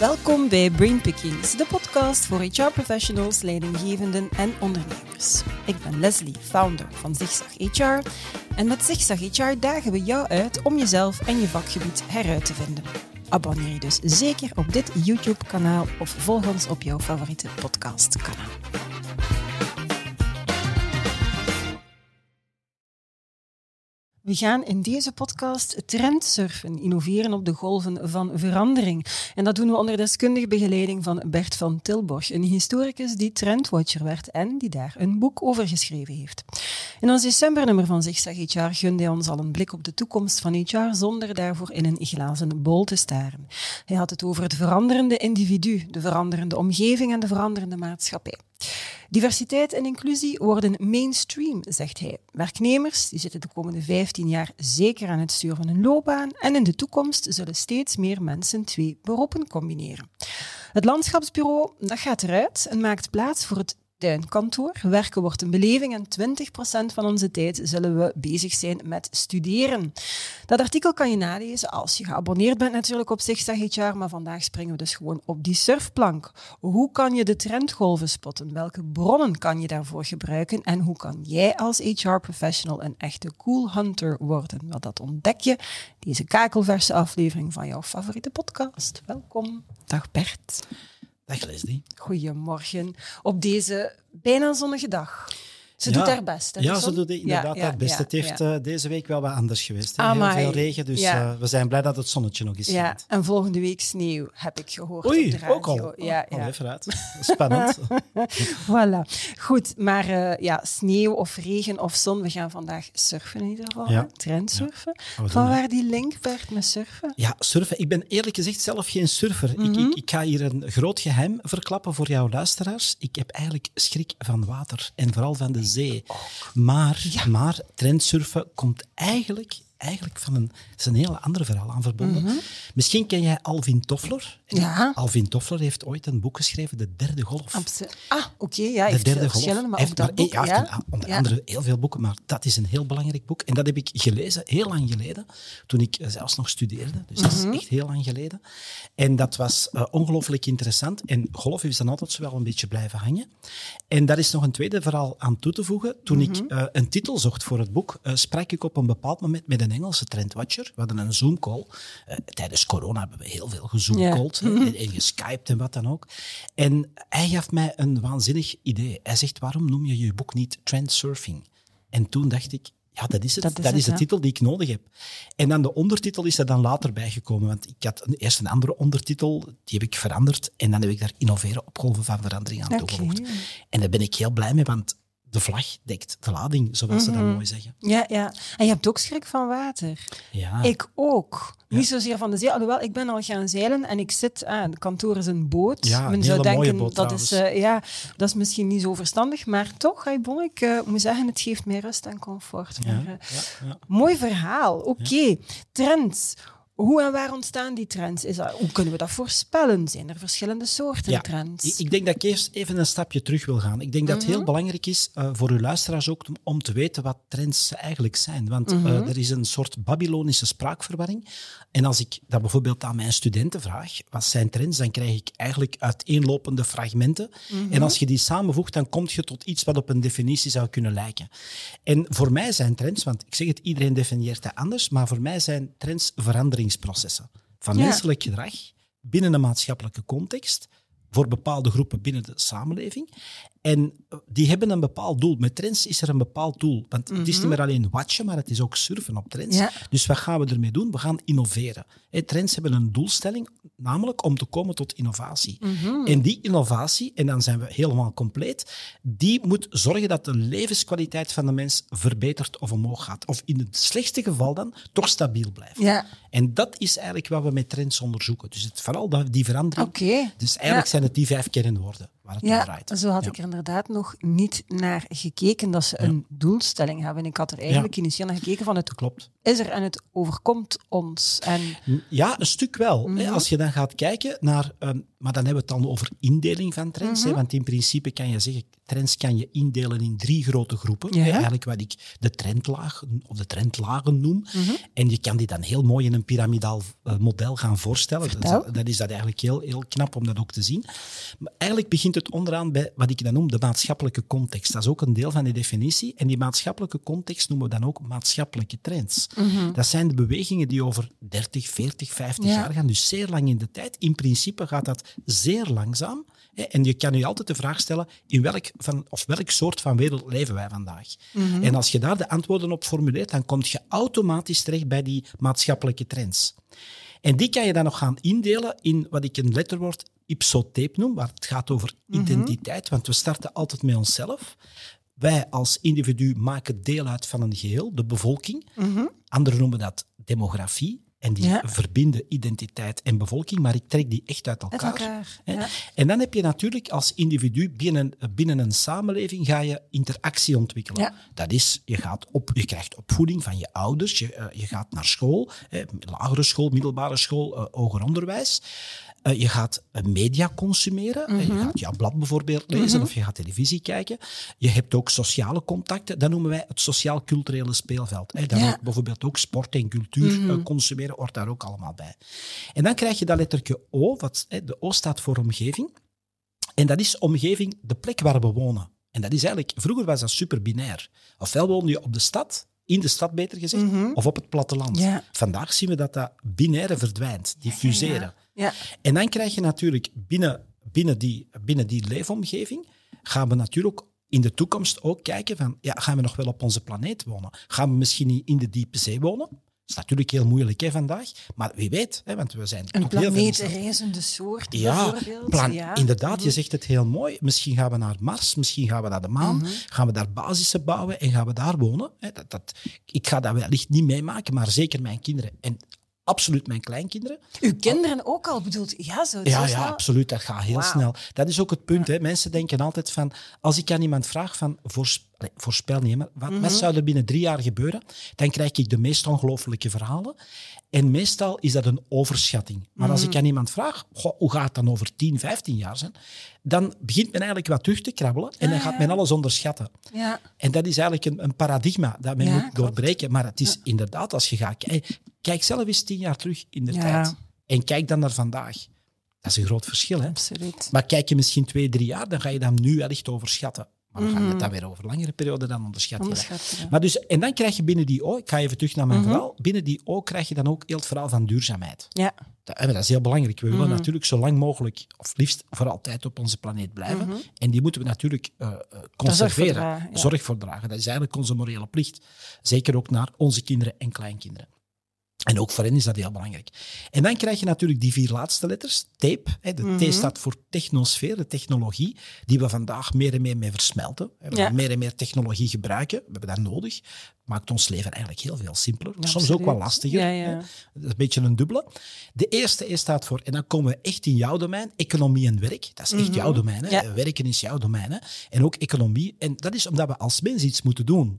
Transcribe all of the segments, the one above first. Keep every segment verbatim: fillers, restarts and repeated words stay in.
Welkom bij Brainpickings, de podcast voor H R-professionals, leidinggevenden en ondernemers. Ik ben Leslie, founder van Zigzag H R. En met Zigzag H R dagen we jou uit om jezelf en je vakgebied heruit te vinden. Abonneer je dus zeker op dit YouTube-kanaal of volg ons op jouw favoriete podcastkanaal. We gaan in deze podcast trendsurfen, innoveren op de golven van verandering. En dat doen we onder deskundige begeleiding van Bert van Tilborg, een historicus die trendwatcher werd en die daar een boek over geschreven heeft. In ons decembernummer van Zigzag H R gunde hij ons al een blik op de toekomst van H R zonder daarvoor in een glazen bol te staren. Hij had het over het veranderende individu, de veranderende omgeving en de veranderende maatschappij. Diversiteit en inclusie worden mainstream, zegt hij. Werknemers die zitten de komende vijftien jaar zeker aan het stuur van hun loopbaan en in de toekomst zullen steeds meer mensen twee beroepen combineren. Het landschapsbureau dat gaat eruit en maakt plaats voor het tuinkantoor. Werken wordt een beleving en twintig procent van onze tijd zullen we bezig zijn met studeren. Dat artikel kan je nalezen als je geabonneerd bent natuurlijk op Zigzag H R, maar vandaag springen we dus gewoon op die surfplank. Hoe kan je de trendgolven spotten? Welke bronnen kan je daarvoor gebruiken? En hoe kan jij als H R-professional een echte cool hunter worden? Wel, dat ontdek je deze kakelverse aflevering van jouw favoriete podcast. Welkom. Dag Bert. Dag Leslie. Goedemorgen. Op deze bijna zonnige dag. Ze ja, doet haar best. Hè, ja, ze doet inderdaad ja, haar best. Ja, het heeft ja. uh, deze week wel wat anders geweest. Hè? Amai. Heel veel regen, dus ja. uh, we zijn blij dat het zonnetje nog eens ja. schijnt. En volgende week sneeuw, heb ik gehoord Oei, op de radio. ook al? Ja, oh, ja. even uit. Spannend. Voilà. Goed, maar uh, ja, sneeuw of regen of zon, we gaan vandaag surfen in ieder geval. Ja. Trendsurfen. Ja. Van waar die link, Bert, met surfen? Ja, surfen. Ik ben eerlijk gezegd zelf geen surfer. Mm-hmm. ik, ik, ik ga hier een groot geheim verklappen voor jouw luisteraars. Ik heb eigenlijk schrik van water en vooral van de zee. Maar... Ja. Maar trendsurfen komt eigenlijk, eigenlijk van een... Het is een heel ander verhaal aan verbonden. Mm-hmm. Misschien ken jij Alvin Toffler. Ja. Alvin Toffler heeft ooit een boek geschreven, De Derde Golf. Absolu- ah, oké. Okay, ja, hij heeft veel verschillende, maar ook dat boek. Ja, ja. heeft onder ja. andere heel veel boeken, maar dat is een heel belangrijk boek. En dat heb ik gelezen, heel lang geleden, toen ik zelfs nog studeerde. Dus mm-hmm. dat is echt heel lang geleden. En dat was uh, ongelooflijk interessant. En golf is dan altijd zo wel een beetje blijven hangen. En daar is nog een tweede verhaal aan toe te voegen. Toen mm-hmm. ik uh, een titel zocht voor het boek, uh, sprak ik op een bepaald moment met een Engelse trendwatcher. We hadden een Zoom-call. Uh, tijdens corona hebben we heel veel gezoomcalled yeah. mm-hmm. en, en geskyped en wat dan ook. En hij gaf mij een waanzinnig idee. Hij zegt, waarom noem je je boek niet Trendsurfing? En toen dacht ik, ja, dat is het. Dat is, dat is het, de titel die ik nodig heb. En dan de ondertitel is er dan later bijgekomen. Want ik had een, eerst een andere ondertitel, die heb ik veranderd. En dan heb ik daar innoveren op golven van verandering aan toegevoegd. Okay. En daar ben ik heel blij mee, want de vlag dekt de lading, zoals mm-hmm. ze dat mooi zeggen. Ja, ja. En je hebt ook schrik van water. Ja. Ik ook. Ja. Niet zozeer van de zee, alhoewel ik ben al gaan zeilen en ik zit aan, het kantoor is een boot. Ja, Men zou denken, boot, dat is, uh, ja, dat is misschien niet zo verstandig, maar toch, hey, bon, ik uh, moet zeggen, het geeft mij rust en comfort. Ja, maar, uh, ja, ja. Mooi verhaal. Oké, okay. Ja. Trends. Hoe en waar ontstaan die trends? Is dat, hoe kunnen we dat voorspellen? Zijn er verschillende soorten ja, trends? Ik denk dat ik eerst even een stapje terug wil gaan. Ik denk dat het mm-hmm. heel belangrijk is uh, voor uw luisteraars ook om, om te weten wat trends eigenlijk zijn. Want mm-hmm. uh, er is een soort Babylonische spraakverwarring. En als ik dat bijvoorbeeld aan mijn studenten vraag, wat zijn trends, dan krijg ik eigenlijk uiteenlopende fragmenten. Mm-hmm. En als je die samenvoegt, dan kom je tot iets wat op een definitie zou kunnen lijken. En voor mij zijn trends, want ik zeg het, iedereen definieert dat anders, maar voor mij zijn trends veranderingsprocessen van ja. menselijk gedrag binnen een maatschappelijke context, voor bepaalde groepen binnen de samenleving. En die hebben een bepaald doel. Met trends is er een bepaald doel. Want mm-hmm. het is niet meer alleen watchen, maar het is ook surfen op trends. Ja. Dus wat gaan we ermee doen? We gaan innoveren. Hey, trends hebben een doelstelling, namelijk om te komen tot innovatie. Mm-hmm. En die innovatie, en dan zijn we helemaal compleet, die moet zorgen dat de levenskwaliteit van de mens verbetert of omhoog gaat. Of in het slechtste geval dan toch stabiel blijft. Ja. En dat is eigenlijk wat we met trends onderzoeken. Dus het, vooral die verandering. Okay. Dus eigenlijk ja. zijn het die vijf kernwoorden waar het ja, om draait. Zo had ja. ik er inderdaad nog niet naar gekeken dat ze ja. een doelstelling hebben. Ik had er eigenlijk ja. initieel naar gekeken van het Klopt. is er en het overkomt ons. En... Ja, een stuk wel. Mm-hmm. Als je dan gaat kijken naar... Um, maar dan hebben we het dan over indeling van trends. Mm-hmm. Hè, want in principe kan je zeggen, trends kan je indelen in drie grote groepen. Ja. Hè, eigenlijk wat ik de trendlaag of de trendlagen noem. Mm-hmm. En je kan die dan heel mooi in een piramidaal uh, model gaan voorstellen. Dat, dat is dat eigenlijk heel, heel knap om dat ook te zien. Maar eigenlijk begint het onderaan bij wat ik dan noem de maatschappelijke context. Dat is ook een deel van die definitie. En die maatschappelijke context noemen we dan ook maatschappelijke trends. Mm-hmm. Dat zijn de bewegingen die over dertig, veertig, vijftig ja. jaar gaan. Dus zeer lang in de tijd. In principe gaat dat zeer langzaam. Hè, en je kan je altijd de vraag stellen, in welk, van, of welk soort van wereld leven wij vandaag? Mm-hmm. En als je daar de antwoorden op formuleert, dan kom je automatisch terecht bij die maatschappelijke trends. En die kan je dan nog gaan indelen in wat ik een letterwoord ipsotheep noem, waar het gaat over mm-hmm. identiteit, want we starten altijd met onszelf. Wij als individu maken deel uit van een geheel, de bevolking. Mm-hmm. Anderen noemen dat demografie. En die ja. verbinden identiteit en bevolking, maar ik trek die echt uit elkaar. Uit elkaar ja. En dan heb je natuurlijk als individu binnen, binnen een samenleving ga je interactie ontwikkelen. Ja. Dat is, je, gaat op, je krijgt opvoeding van je ouders, je, uh, je gaat naar school, eh, lagere school, middelbare school, uh, hoger onderwijs. Uh, je gaat uh, media consumeren. Mm-hmm. Je gaat jouw blad bijvoorbeeld lezen mm-hmm. of je gaat televisie kijken. Je hebt ook sociale contacten. Dat noemen wij het sociaal-culturele speelveld. Hè. Dan ja. ook bijvoorbeeld ook sport en cultuur mm-hmm. uh, consumeren hoort daar ook allemaal bij. En dan krijg je dat lettertje O. Wat, hè, de O staat voor omgeving. En dat is omgeving, de plek waar we wonen. En dat is eigenlijk... Vroeger was dat super binair. Ofwel woonde je op de stad... In de stad, beter gezegd, mm-hmm. of op het platteland. Ja. Vandaag zien we dat dat binaire verdwijnt, die fuseren. Ja, ja. Ja. En dan krijg je natuurlijk binnen, binnen, die, binnen die leefomgeving, gaan we natuurlijk in de toekomst ook kijken van, ja, gaan we nog wel op onze planeet wonen? Gaan we misschien niet in de diepe zee wonen? Dat is natuurlijk heel moeilijk hè, vandaag, maar wie weet, hè, want we zijn... Een planeetreizende soort, ja, bijvoorbeeld. Plan- ja, inderdaad, mm-hmm. je zegt het heel mooi. Misschien gaan we naar Mars, misschien gaan we naar de maan, mm-hmm. gaan we daar basissen bouwen en gaan we daar wonen. Hè, dat, dat, ik ga dat wellicht niet meemaken, maar zeker mijn kinderen en absoluut mijn kleinkinderen. Uw kinderen ook al, bedoelt ja, zo, ja, zo ja, absoluut, dat gaat heel wow. snel. Dat is ook het punt. Hè. Mensen denken altijd van, als ik aan iemand vraag van, voorspel, voorspel niet, maar wat, mm-hmm. wat zou er binnen drie jaar gebeuren? Dan krijg ik de meest ongelooflijke verhalen. En meestal is dat een overschatting. Maar mm-hmm. als ik aan iemand vraag, goh, hoe gaat het dan over tien, vijftien jaar zijn? Dan begint men eigenlijk wat terug te krabbelen en dan gaat men alles onderschatten. Ja. En dat is eigenlijk een, een paradigma dat men ja, moet doorbreken. Klopt. Maar het is ja. inderdaad, als je gaat kijken, kijk zelf eens tien jaar terug in de ja. tijd. En kijk dan naar vandaag. Dat is een groot verschil. Hè? Absoluut. Maar kijk je misschien twee, drie jaar, dan ga je dat nu wellicht overschatten. Maar dan gaan we het dan weer over langere periode, dan onderschat je onderschat, dat. Maar dus, en dan krijg je binnen die O, ik ga even terug naar mijn mm-hmm. verhaal, binnen die O krijg je dan ook heel het verhaal van duurzaamheid. Ja. Dat, dat is heel belangrijk. We willen mm-hmm. natuurlijk zo lang mogelijk, of liefst voor altijd op onze planeet blijven. Mm-hmm. En die moeten we natuurlijk uh, conserveren. Zorg voor, ja. Zorg voor dragen. Dat is eigenlijk onze morele plicht. Zeker ook naar onze kinderen en kleinkinderen. En ook voor hen is dat heel belangrijk. En dan krijg je natuurlijk die vier laatste letters, tape. Hè, de mm-hmm. T staat voor technosfeer, de technologie, die we vandaag meer en meer mee versmelten. We ja. meer en meer technologie gebruiken. We hebben dat nodig. Maakt ons leven eigenlijk heel veel simpeler. Ja, soms ook wel lastiger. Ja, ja. Hè. Dat is een beetje een dubbele. De eerste E staat voor, en dan komen we echt in jouw domein, economie en werk. Dat is echt mm-hmm. jouw domein. Hè. Ja. Werken is jouw domein. Hè. En ook economie. En dat is omdat we als mens iets moeten doen.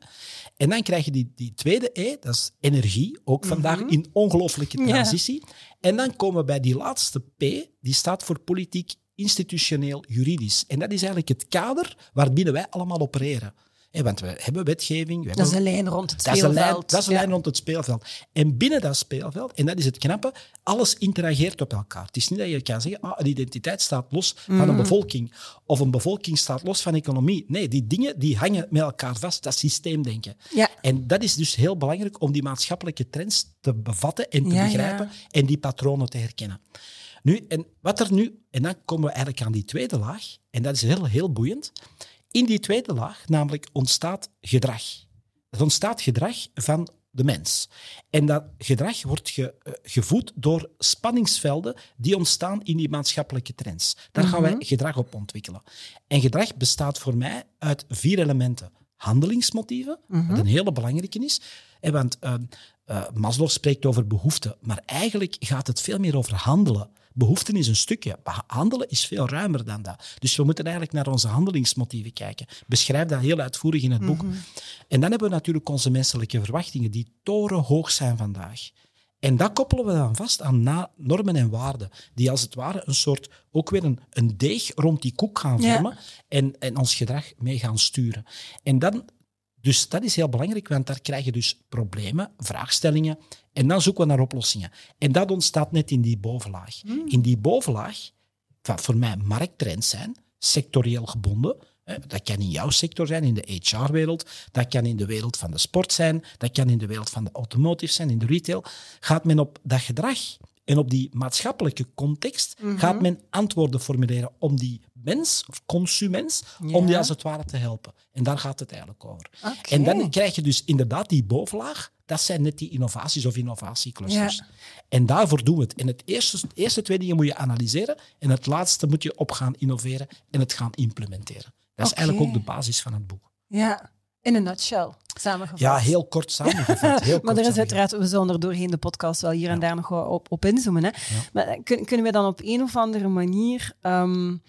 En dan krijg je die, die tweede E, dat is energie, ook vandaag mm-hmm. in ongelooflijke transitie. Ja. En dan komen we bij die laatste P, die staat voor politiek, institutioneel, juridisch. En dat is eigenlijk het kader waarbinnen wij allemaal opereren. He, want we hebben wetgeving. We dat hebben, is een lijn rond het dat speelveld. Is een lijn, dat is een ja. lijn rond het speelveld. En binnen dat speelveld, en dat is het knappe, alles interageert op elkaar. Het is niet dat je kan zeggen, ah, een identiteit staat los mm. van een bevolking. Of een bevolking staat los van economie. Nee, die dingen die hangen met elkaar vast. Dat is systeemdenken. Ja. En dat is dus heel belangrijk om die maatschappelijke trends te bevatten en te ja, begrijpen ja. en die patronen te herkennen. Nu, en wat er nu... En dan komen we eigenlijk aan die tweede laag. En dat is heel, heel boeiend. In die tweede laag namelijk ontstaat gedrag. Het ontstaat gedrag van de mens. En dat gedrag wordt ge, uh, gevoed door spanningsvelden die ontstaan in die maatschappelijke trends. Daar mm-hmm. gaan wij gedrag op ontwikkelen. En gedrag bestaat voor mij uit vier elementen. handelingsmotieven, Mm-hmm. wat een hele belangrijke is. Eh, want uh, uh, Maslow spreekt over behoeften, maar eigenlijk gaat het veel meer over handelen. Behoeften is een stukje, maar handelen is veel ruimer dan dat. Dus we moeten eigenlijk naar onze handelingsmotieven kijken. Beschrijf dat heel uitvoerig in het boek. Mm-hmm. En dan hebben we natuurlijk onze menselijke verwachtingen, die torenhoog zijn vandaag. En dat koppelen we dan vast aan na- normen en waarden, die als het ware een soort, ook weer een, een deeg rond die koek gaan vormen, ja. en, en ons gedrag mee gaan sturen. En dan, dus dat is heel belangrijk, want daar krijg je dus problemen, vraagstellingen, en dan zoeken we naar oplossingen. En dat ontstaat net in die bovenlaag. Mm. In die bovenlaag, wat voor mij markttrends zijn, sectorieel gebonden. Dat kan in jouw sector zijn, in de H R-wereld. Dat kan in de wereld van de sport zijn. Dat kan in de wereld van de automotive zijn, in de retail. Gaat men op dat gedrag en op die maatschappelijke context, mm-hmm. gaat men antwoorden formuleren om die mens, of consument, ja. om die als het ware te helpen. En daar gaat het eigenlijk over. Okay. En dan krijg je dus inderdaad die bovenlaag. Dat zijn net die innovaties of innovatieclusters. Ja. En daarvoor doen we het. En het eerste, het eerste twee dingen moet je analyseren. En het laatste moet je op gaan innoveren en het gaan implementeren. Dat is okay. eigenlijk ook de basis van het boek. Ja, in een nutshell, samengevat. Ja, heel kort samengevat. Heel maar kort er is uiteraard, we zullen er doorheen de podcast wel hier ja. en daar nog wel op, op inzoomen. Hè? Ja. Maar kun, kunnen we dan op een of andere manier um,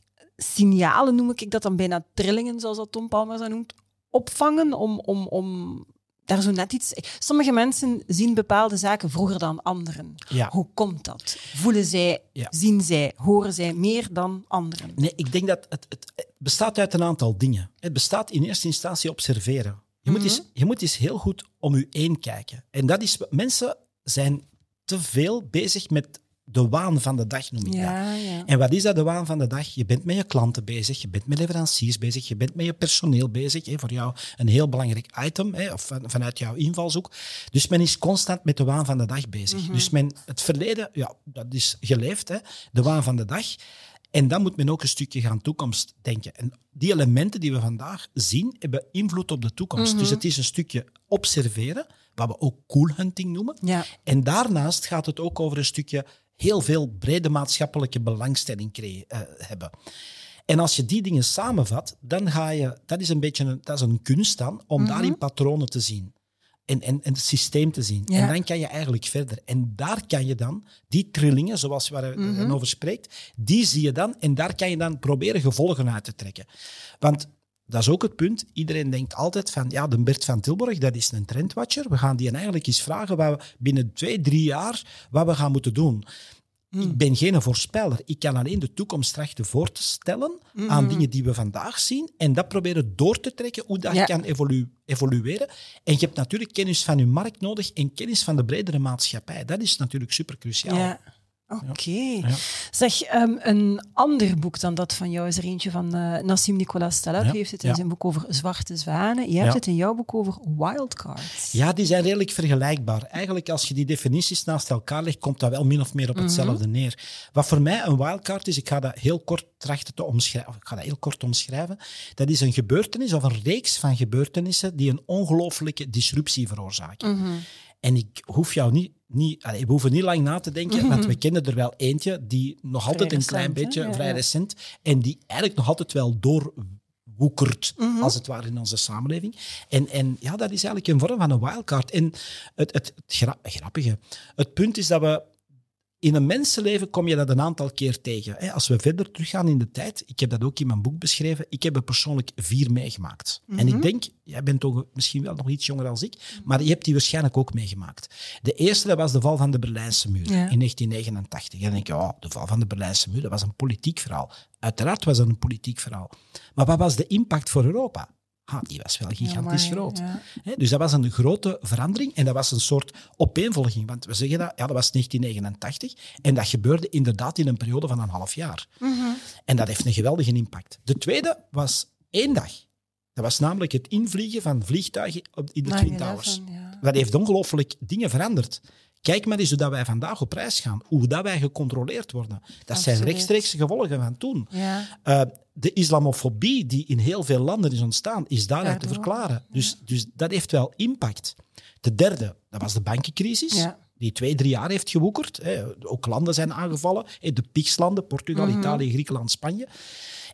signalen, noem ik dat dan bijna trillingen, zoals dat Tom Palmer zo noemt, opvangen om... om, om daar zo net iets... Sommige mensen zien bepaalde zaken vroeger dan anderen. Ja. Hoe komt dat? Voelen zij, ja. zien zij, horen zij meer dan anderen? Nee, ik denk dat het, het, het bestaat uit een aantal dingen. Het bestaat in eerste instantie observeren. Je, mm-hmm. moet, eens, je moet eens heel goed om je heen kijken. En dat is... Mensen zijn te veel bezig met de waan van de dag, noem ik ja, dat. Ja. En wat is dat, de waan van de dag? Je bent met je klanten bezig, je bent met leveranciers bezig, je bent met je personeel bezig. Hè, voor jou een heel belangrijk item, hè, of van, vanuit jouw invalshoek. Dus men is constant met de waan van de dag bezig. Mm-hmm. Dus men, het verleden, ja, dat is geleefd, hè, de waan van de dag. En dan moet men ook een stukje gaan toekomst denken. En die elementen die we vandaag zien, hebben invloed op de toekomst. Mm-hmm. Dus het is een stukje observeren, wat we ook cool hunting noemen. Ja. En daarnaast gaat het ook over een stukje heel veel brede maatschappelijke belangstelling cre- uh, hebben. En als je die dingen samenvat, dan ga je... Dat is een beetje een, dat is een kunst dan, om mm-hmm. daarin patronen te zien. En, en, en het systeem te zien. Ja. En dan kan je eigenlijk verder. En daar kan je dan, die trillingen, zoals waar je mm-hmm. over spreekt, die zie je dan. En daar kan je dan proberen gevolgen uit te trekken. Want dat is ook het punt. Iedereen denkt altijd van, ja, de Bert van Tilborg, dat is een trendwatcher. We gaan die eigenlijk eens vragen wat we binnen twee, drie jaar wat we gaan moeten doen. Mm. Ik ben geen voorspeller. Ik kan alleen de toekomst trachten voor te stellen mm-hmm. aan dingen die we vandaag zien en dat proberen door te trekken, hoe dat ja. kan evolu- evolueren. En je hebt natuurlijk kennis van je markt nodig en kennis van de bredere maatschappij. Dat is natuurlijk super cruciaal. Ja. Oké. Okay. Ja. Zeg, um, een ander boek dan dat van jou is er eentje van uh, Nassim Nicolas Taleb. Ja. Die heeft het in ja. zijn boek over zwarte zwanen. Je hebt ja. het in jouw boek over wildcards. Ja, die zijn redelijk vergelijkbaar. Eigenlijk, als je die definities naast elkaar legt, komt dat wel min of meer op hetzelfde mm-hmm. neer. Wat voor mij een wildcard is, ik ga dat heel kort trachten te omschrijven. Ik ga dat heel kort omschrijven. Dat is een gebeurtenis of een reeks van gebeurtenissen die een ongelooflijke disruptie veroorzaken. Mm-hmm. En ik hoef jou niet, niet allez, we hoeven niet lang na te denken, mm-hmm. want we kennen er wel eentje die nog altijd vrij een recent, klein beetje, ja, vrij ja. recent, en die eigenlijk nog altijd wel doorwoekert, mm-hmm. als het ware, in onze samenleving. En, en ja, dat is eigenlijk een vorm van een wildcard. En het, het, het gra- grappige, het punt is dat we in een mensenleven kom je dat een aantal keer tegen. Als we verder teruggaan in de tijd, ik heb dat ook in mijn boek beschreven, ik heb er persoonlijk vier meegemaakt. Mm-hmm. En ik denk, jij bent toch misschien wel nog iets jonger dan ik, maar je hebt die waarschijnlijk ook meegemaakt. De eerste, dat was de val van de Berlijnse muur ja. in negentien negenentachtig. En dan denk je, oh, de val van de Berlijnse muur, dat was een politiek verhaal. Uiteraard was dat een politiek verhaal. Maar wat was de impact voor Europa? Ah, die was wel gigantisch ja, maar, groot. Ja. He, dus dat was een grote verandering en dat was een soort opeenvolging. Want we zeggen dat, ja, dat was negentien negenentachtig en dat gebeurde inderdaad in een periode van een half jaar. Mm-hmm. En dat heeft een geweldige impact. De tweede was één dag. Dat was namelijk het invliegen van vliegtuigen in de Twin Towers. Ja. Dat heeft ongelooflijk dingen veranderd. Kijk maar eens hoe dat wij vandaag op reis gaan. Hoe dat wij gecontroleerd worden. Dat Absoluut. Zijn rechtstreekse gevolgen van toen. Ja. Uh, de islamofobie die in heel veel landen is ontstaan, is daaruit te verklaren. Ja. Dus, dus dat heeft wel impact. De derde, dat was de bankencrisis. Ja. Die twee, drie jaar heeft gewoekerd. Hè. Ook landen zijn aangevallen. De P I G S-landen, Portugal, mm-hmm. Italië, Griekenland, Spanje.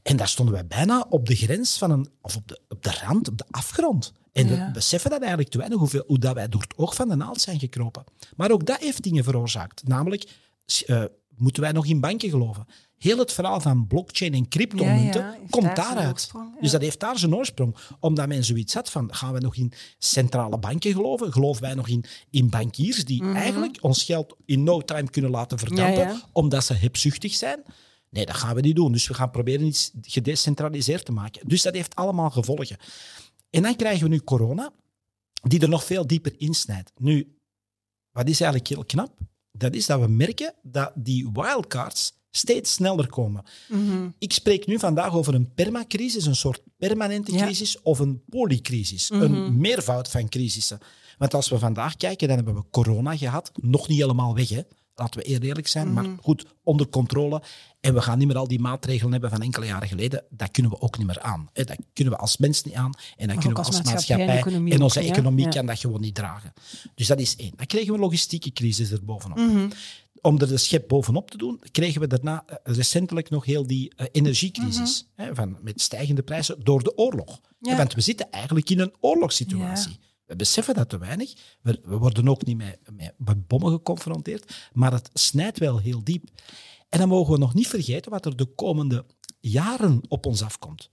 En daar stonden wij bijna op de grens van een... Of op de, op de rand, op de afgrond. En ja. we beseffen dat eigenlijk te weinig, hoeveel, hoe dat wij door het oog van de naald zijn gekropen. Maar ook dat heeft dingen veroorzaakt. Namelijk, uh, moeten wij nog in banken geloven? Heel het verhaal van blockchain en cryptomunten ja, ja, komt daar daaruit. Ja. Dus dat heeft daar zijn oorsprong. Omdat men zoiets had van, gaan we nog in centrale banken geloven? Geloven wij nog in, in bankiers die mm-hmm. eigenlijk ons geld in no time kunnen laten verdampen, ja, ja. omdat ze hebzuchtig zijn? Nee, dat gaan we niet doen. Dus we gaan proberen iets gedecentraliseerd te maken. Dus dat heeft allemaal gevolgen. En dan krijgen we nu corona, die er nog veel dieper insnijdt. Nu, wat is eigenlijk heel knap? Dat is dat we merken dat die wildcards steeds sneller komen. Mm-hmm. Ik spreek nu vandaag over een permacrisis, een soort permanente crisis, ja. of een polycrisis. Mm-hmm. Een meervoud van crisissen. Want als we vandaag kijken, dan hebben we corona gehad. Nog niet helemaal weg, hè. Laten we eerlijk zijn, mm-hmm. maar goed, onder controle. En we gaan niet meer al die maatregelen hebben van enkele jaren geleden. Dat kunnen we ook niet meer aan. Dat kunnen we als mens niet aan. En dat kunnen we als maatschappij. maatschappij en onze ook, economie ja? kan dat gewoon niet dragen. Dus dat is één. Dan kregen we een logistieke crisis er bovenop. Mm-hmm. Om er de schep bovenop te doen, kregen we daarna recentelijk nog heel die uh, energiecrisis. Mm-hmm. Hè, van, met stijgende prijzen door de oorlog. Ja. Want we zitten eigenlijk in een oorlogssituatie. Ja. We beseffen dat te weinig. We, we worden ook niet met, met bommen geconfronteerd, maar het snijdt wel heel diep. En dan mogen we nog niet vergeten wat er de komende jaren op ons afkomt.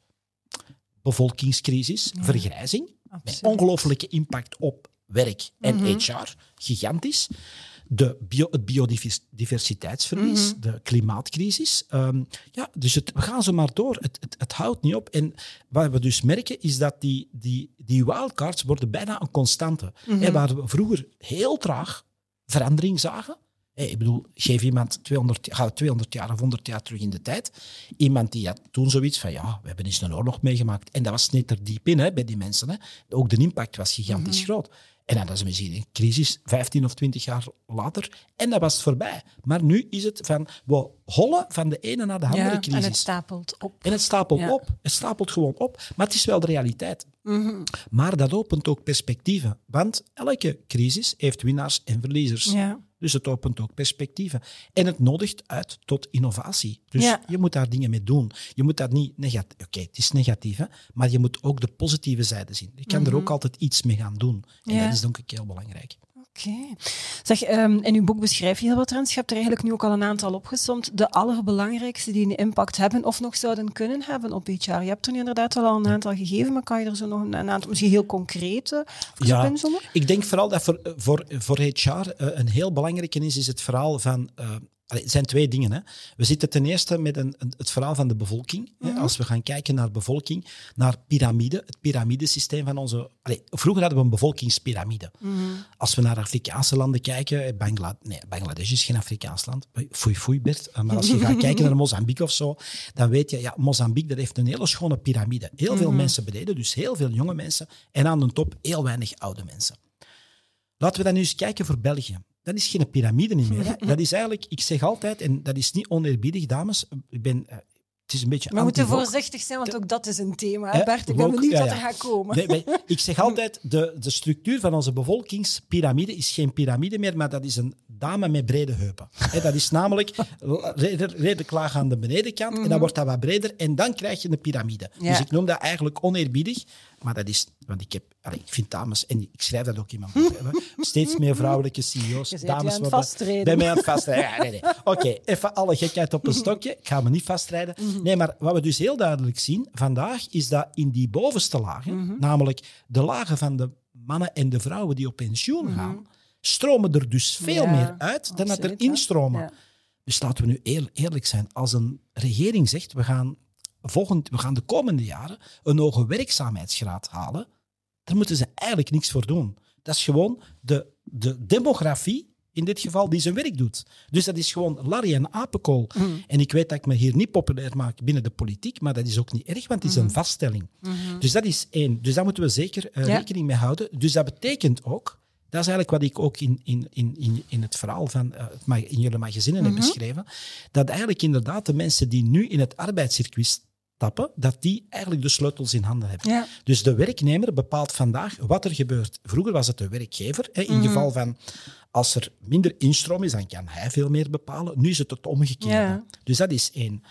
Bevolkingscrisis, ja. vergrijzing, Absoluut. met ongelooflijke impact op werk en mm-hmm. H R, gigantisch. De bio, het biodiversiteitsverlies, mm-hmm. de klimaatcrisis. Um, ja, dus het, we gaan zo maar door. Het, het, het houdt niet op. En wat we dus merken, is dat die, die, die wildcards worden bijna een constante. Mm-hmm. He, waar we vroeger heel traag verandering zagen. He, ik bedoel, geef iemand tweehonderd, ga tweehonderd jaar of honderd jaar terug in de tijd. Iemand die had toen zoiets van, ja, we hebben eens een oorlog meegemaakt. En dat was net er diep in, hè, bij die mensen. Hè. Ook de impact was gigantisch mm-hmm. groot. En dan is misschien een crisis, vijftien of twintig jaar later, en dat was het voorbij. Maar nu is het van, we hollen van de ene naar de andere ja, crisis. En het stapelt op. En het stapelt ja. op. Het stapelt gewoon op. Maar het is wel de realiteit. Mm-hmm. Maar dat opent ook perspectieven. Want elke crisis heeft winnaars en verliezers. Ja. Dus het opent ook perspectieven. En het nodigt uit tot innovatie. Dus ja. je moet daar dingen mee doen. Je moet dat niet negatief... Oké, okay, het is negatief, hè? Maar je moet ook de positieve zijde zien. Je kan mm-hmm. er ook altijd iets mee gaan doen. En ja. dat is denk ik heel belangrijk. Oké. Okay. Zeg, um, in uw boek beschrijf je heel wat trends. Je hebt er eigenlijk nu ook al een aantal opgesomd. De allerbelangrijkste die een impact hebben of nog zouden kunnen hebben op H R. Je hebt er nu inderdaad al een aantal gegeven, maar kan je er zo nog een aantal, misschien heel concrete voor ja, inzommen? Ik denk vooral dat voor, voor, voor H R uh, een heel belangrijke is, is het verhaal van... Uh, Het zijn twee dingen. Hè. We zitten ten eerste met een, een, het verhaal van de bevolking. Mm-hmm. Hè. Als we gaan kijken naar bevolking, naar piramide, het piramidesysteem van onze... Allee, vroeger hadden we een bevolkingspyramide. Mm-hmm. Als we naar Afrikaanse landen kijken... Bangla... Nee, Bangladesh is geen Afrikaans land. Foei, foei, Bert. Maar als je gaat kijken naar Mozambique of zo, dan weet je... Ja, Mozambique dat heeft een hele schone piramide. Heel mm-hmm. veel mensen beneden, dus heel veel jonge mensen. En aan de top heel weinig oude mensen. Laten we dan nu eens kijken voor België. Dat is geen piramide niet meer. Hè. Dat is eigenlijk, ik zeg altijd, en dat is niet oneerbiedig, dames, ik ben, uh, het is een beetje... We moeten voorzichtig zijn, want ook dat is een thema. Hè, Bert, ik ben benieuwd ja, ja. wat er gaat komen. Nee, nee, ik zeg altijd, de, de structuur van onze bevolkingspyramide is geen piramide meer, maar dat is een dame met brede heupen. He, dat is namelijk redelijk laag aan de benedenkant, mm-hmm. en dan wordt dat wat breder, en dan krijg je een piramide. Ja. Dus ik noem dat eigenlijk oneerbiedig, maar dat is... Want ik, heb, allez, ik vind dames, en ik schrijf dat ook in mijn boek, hè, steeds meer vrouwelijke C E O's. Je dames worden vastrijden. Bij mij aan het vastrijden. Ja, nee, nee. Oké, okay, even alle gekheid op een stokje. Ik ga me niet vastrijden. Mm-hmm. Nee, maar wat we dus heel duidelijk zien vandaag, is dat in die bovenste lagen, mm-hmm. namelijk de lagen van de mannen en de vrouwen die op pensioen mm-hmm. gaan, stromen er dus veel ja, meer uit dan dat er instromen. Ja. Dus laten we nu eer, eerlijk zijn. Als een regering zegt, we gaan, volgend, we gaan de komende jaren een hoge werkzaamheidsgraad halen, daar moeten ze eigenlijk niks voor doen. Dat is gewoon de, de demografie, in dit geval, die zijn werk doet. Dus dat is gewoon Larry en apenkool. Mm. En ik weet dat ik me hier niet populair maak binnen de politiek, maar dat is ook niet erg, want het is mm. een vaststelling. Mm-hmm. Dus dat is één. Dus daar moeten we zeker uh, ja. rekening mee houden. Dus dat betekent ook, dat is eigenlijk wat ik ook in, in, in, in het verhaal van uh, in jullie magazinnen mm-hmm. heb beschreven, dat eigenlijk inderdaad de mensen die nu in het arbeidscircuit stappen, dat die eigenlijk de sleutels in handen hebben. Ja. Dus de werknemer bepaalt vandaag wat er gebeurt. Vroeger was het de werkgever. Hè, in mm. geval van, als er minder instroom is, dan kan hij veel meer bepalen. Nu is het het omgekeerde. Ja. Dus dat is één.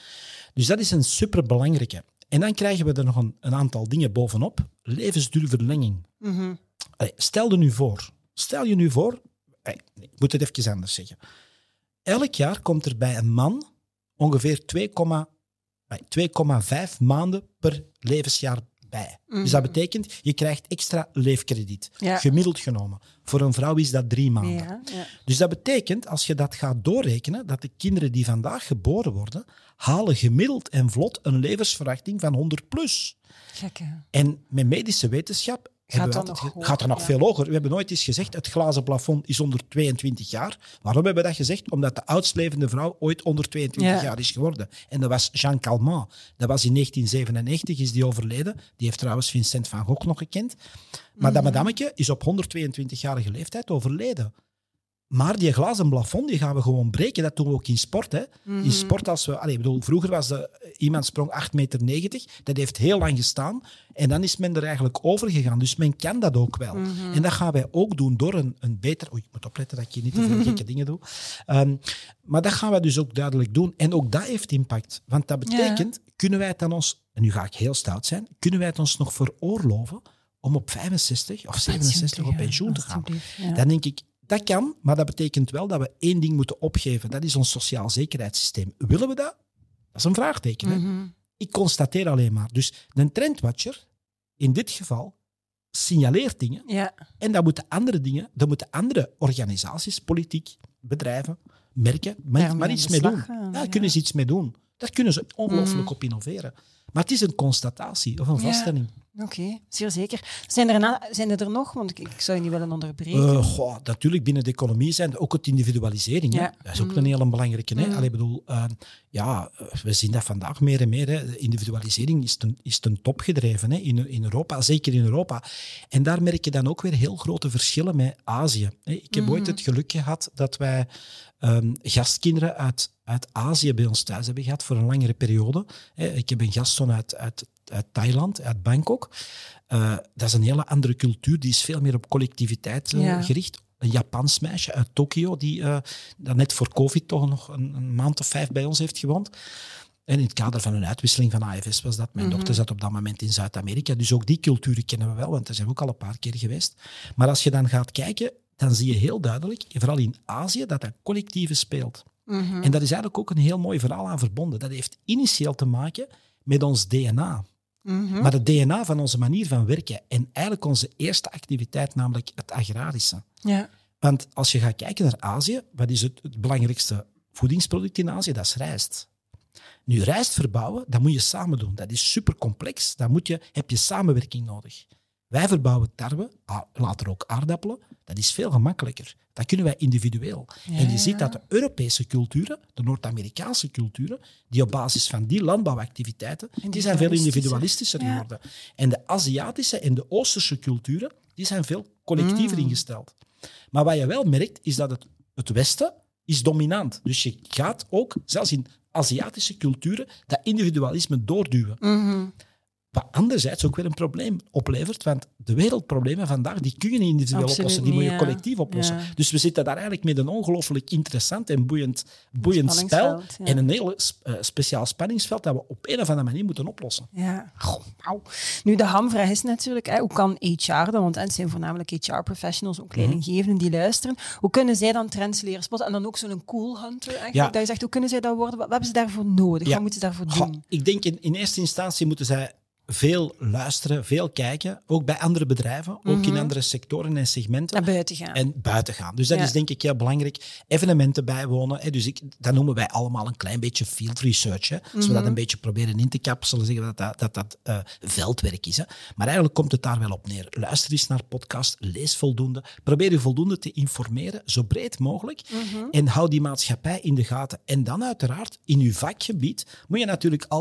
Dus dat is een superbelangrijke. En dan krijgen we er nog een, een aantal dingen bovenop. Levensduurverlenging. Mm-hmm. Allee, stel je nu voor. Stel je nu voor... Allee, nee, ik moet het even anders zeggen. Elk jaar komt er bij een man ongeveer twee komma vijf maanden per levensjaar bij. Mm-hmm. Dus dat betekent, je krijgt extra leefkrediet. Ja. Gemiddeld genomen. Voor een vrouw is dat drie maanden. Ja, ja. Dus dat betekent, als je dat gaat doorrekenen, dat de kinderen die vandaag geboren worden, halen gemiddeld en vlot een levensverwachting van honderd plus. Gekke. En met medische wetenschap Gaat dat nog, nog gaat er nog ja. veel hoger. We hebben nooit eens gezegd, het glazen plafond is onder tweeëntwintig jaar. Waarom hebben we dat gezegd? Omdat de oudst levende vrouw ooit onder tweeëntwintig ja. jaar is geworden. En dat was Jeanne Calment. Dat was in negentien zevenennegentig, is die overleden. Die heeft trouwens Vincent van Gogh nog gekend. Maar mm-hmm. dat madameke is op honderdtweeëntwintigjarige leeftijd overleden. Maar die glazen plafond die gaan we gewoon breken. Dat doen we ook in sport. Hè. Mm-hmm. In sport, als we... Allez, bedoel, vroeger was de, iemand sprong acht meter negentig. Dat heeft heel lang gestaan. En dan is men er eigenlijk over gegaan. Dus men kan dat ook wel. Mm-hmm. En dat gaan wij ook doen door een, een beter... Oei, ik moet opletten dat ik hier niet te veel mm-hmm. gekke dingen doe. Um, maar dat gaan we dus ook duidelijk doen. En ook dat heeft impact. Want dat betekent, ja. kunnen wij het dan ons... En nu ga ik heel stout zijn. Kunnen wij het ons nog veroorloven om op vijfenzestig of zevenenzestig op pensioen te gaan? Ja. Dan denk ik... Dat kan, maar dat betekent wel dat we één ding moeten opgeven. Dat is ons sociaal zekerheidssysteem. Willen we dat? Dat is een vraagteken. Hè? Mm-hmm. Ik constateer alleen maar. Dus een trendwatcher, in dit geval, signaleert dingen. Ja. En dan moeten andere dingen, dan moeten andere organisaties, politiek, bedrijven, merken, maar, maar iets mee doen. Gaan, ja, daar ja. kunnen ze iets mee doen. Daar kunnen ze ongelooflijk mm. op innoveren. Maar het is een constatatie of een vaststelling. Ja. Oké, okay, zeer zeker. Zijn er, na, zijn er er nog? Want ik, ik zou je niet willen onderbreken. Uh, goh, natuurlijk, binnen de economie zijn er ook het individualisering. Ja. Dat is ook mm. een hele belangrijke. Hè? Mm. Allee, bedoel, uh, ja, we zien dat vandaag meer en meer. Hè. De individualisering is ten, is ten top gedreven hè? In, in Europa, zeker in Europa. En daar merk je dan ook weer heel grote verschillen met Azië. Ik heb mm. ooit het geluk gehad dat wij um, gastkinderen uit, uit Azië bij ons thuis hebben gehad voor een langere periode. Ik heb een gastzoon uit, uit uit Thailand, uit Bangkok. Uh, dat is een hele andere cultuur, die is veel meer op collectiviteit uh, ja. gericht. Een Japans meisje uit Tokio, die uh, dat net voor COVID toch nog een, een maand of vijf bij ons heeft gewoond. En in het kader van een uitwisseling van A F S was dat. Mijn mm-hmm. dochter zat op dat moment in Zuid-Amerika, dus ook die culturen kennen we wel, want daar zijn we ook al een paar keer geweest. Maar als je dan gaat kijken, dan zie je heel duidelijk, vooral in Azië, dat dat collectieve speelt. Mm-hmm. En daar is eigenlijk ook een heel mooi verhaal aan verbonden. Dat heeft initieel te maken met ons D N A. Mm-hmm. Maar het D N A van onze manier van werken en eigenlijk onze eerste activiteit, namelijk het agrarische. Ja. Want als je gaat kijken naar Azië, wat is het, het belangrijkste voedingsproduct in Azië? Dat is rijst. Nu, rijst verbouwen, dat moet je samen doen. Dat is super complex. Daar moet je, heb je samenwerking nodig. Wij verbouwen tarwe, later ook aardappelen. Dat is veel gemakkelijker. Dat kunnen wij individueel. Ja, en je ziet dat de Europese culturen, de Noord-Amerikaanse culturen, die op basis van die landbouwactiviteiten, die zijn veel individualistischer ja. geworden. En de Aziatische en de Oosterse culturen, die zijn veel collectiever mm. ingesteld. Maar wat je wel merkt, is dat het, het Westen is dominant. Dus je gaat ook, zelfs in Aziatische culturen, dat individualisme doorduwen. Mm-hmm. Wat anderzijds ook weer een probleem oplevert, want de wereldproblemen vandaag, die kun je niet individueel Absoluut oplossen, die niet, moet je collectief oplossen. Ja. Dus we zitten daar eigenlijk met een ongelooflijk interessant en boeiend, boeiend spel ja. en een heel uh, speciaal spanningsveld dat we op een of andere manier moeten oplossen. Ja. Goh, wow. Nu, de hamvraag is natuurlijk, hè, hoe kan H R dan, want het zijn voornamelijk H R-professionals, ook leidinggevenden die luisteren, hoe kunnen zij dan trends leren spotten? En dan ook zo'n cool hunter, eigenlijk, ja. dat je zegt, hoe kunnen zij dat worden? Wat, wat hebben ze daarvoor nodig? Ja. Wat moeten ze daarvoor doen? Goh, ik denk in, in eerste instantie moeten zij veel luisteren, veel kijken, ook bij andere bedrijven, ook mm-hmm. in andere sectoren en segmenten. Naar buiten gaan. En buiten gaan. Dus dat ja. is denk ik heel belangrijk. Evenementen bijwonen. Hè. Dus ik, dat noemen wij allemaal een klein beetje field research. Hè. Als mm-hmm. we dat een beetje proberen in te kapselen, zeggen we dat dat, dat, dat uh, veldwerk is. Hè. Maar eigenlijk komt het daar wel op neer. Luister eens naar podcast, lees voldoende. Probeer je voldoende te informeren, zo breed mogelijk. Mm-hmm. En hou die maatschappij in de gaten. En dan uiteraard, in je vakgebied, moet je natuurlijk al die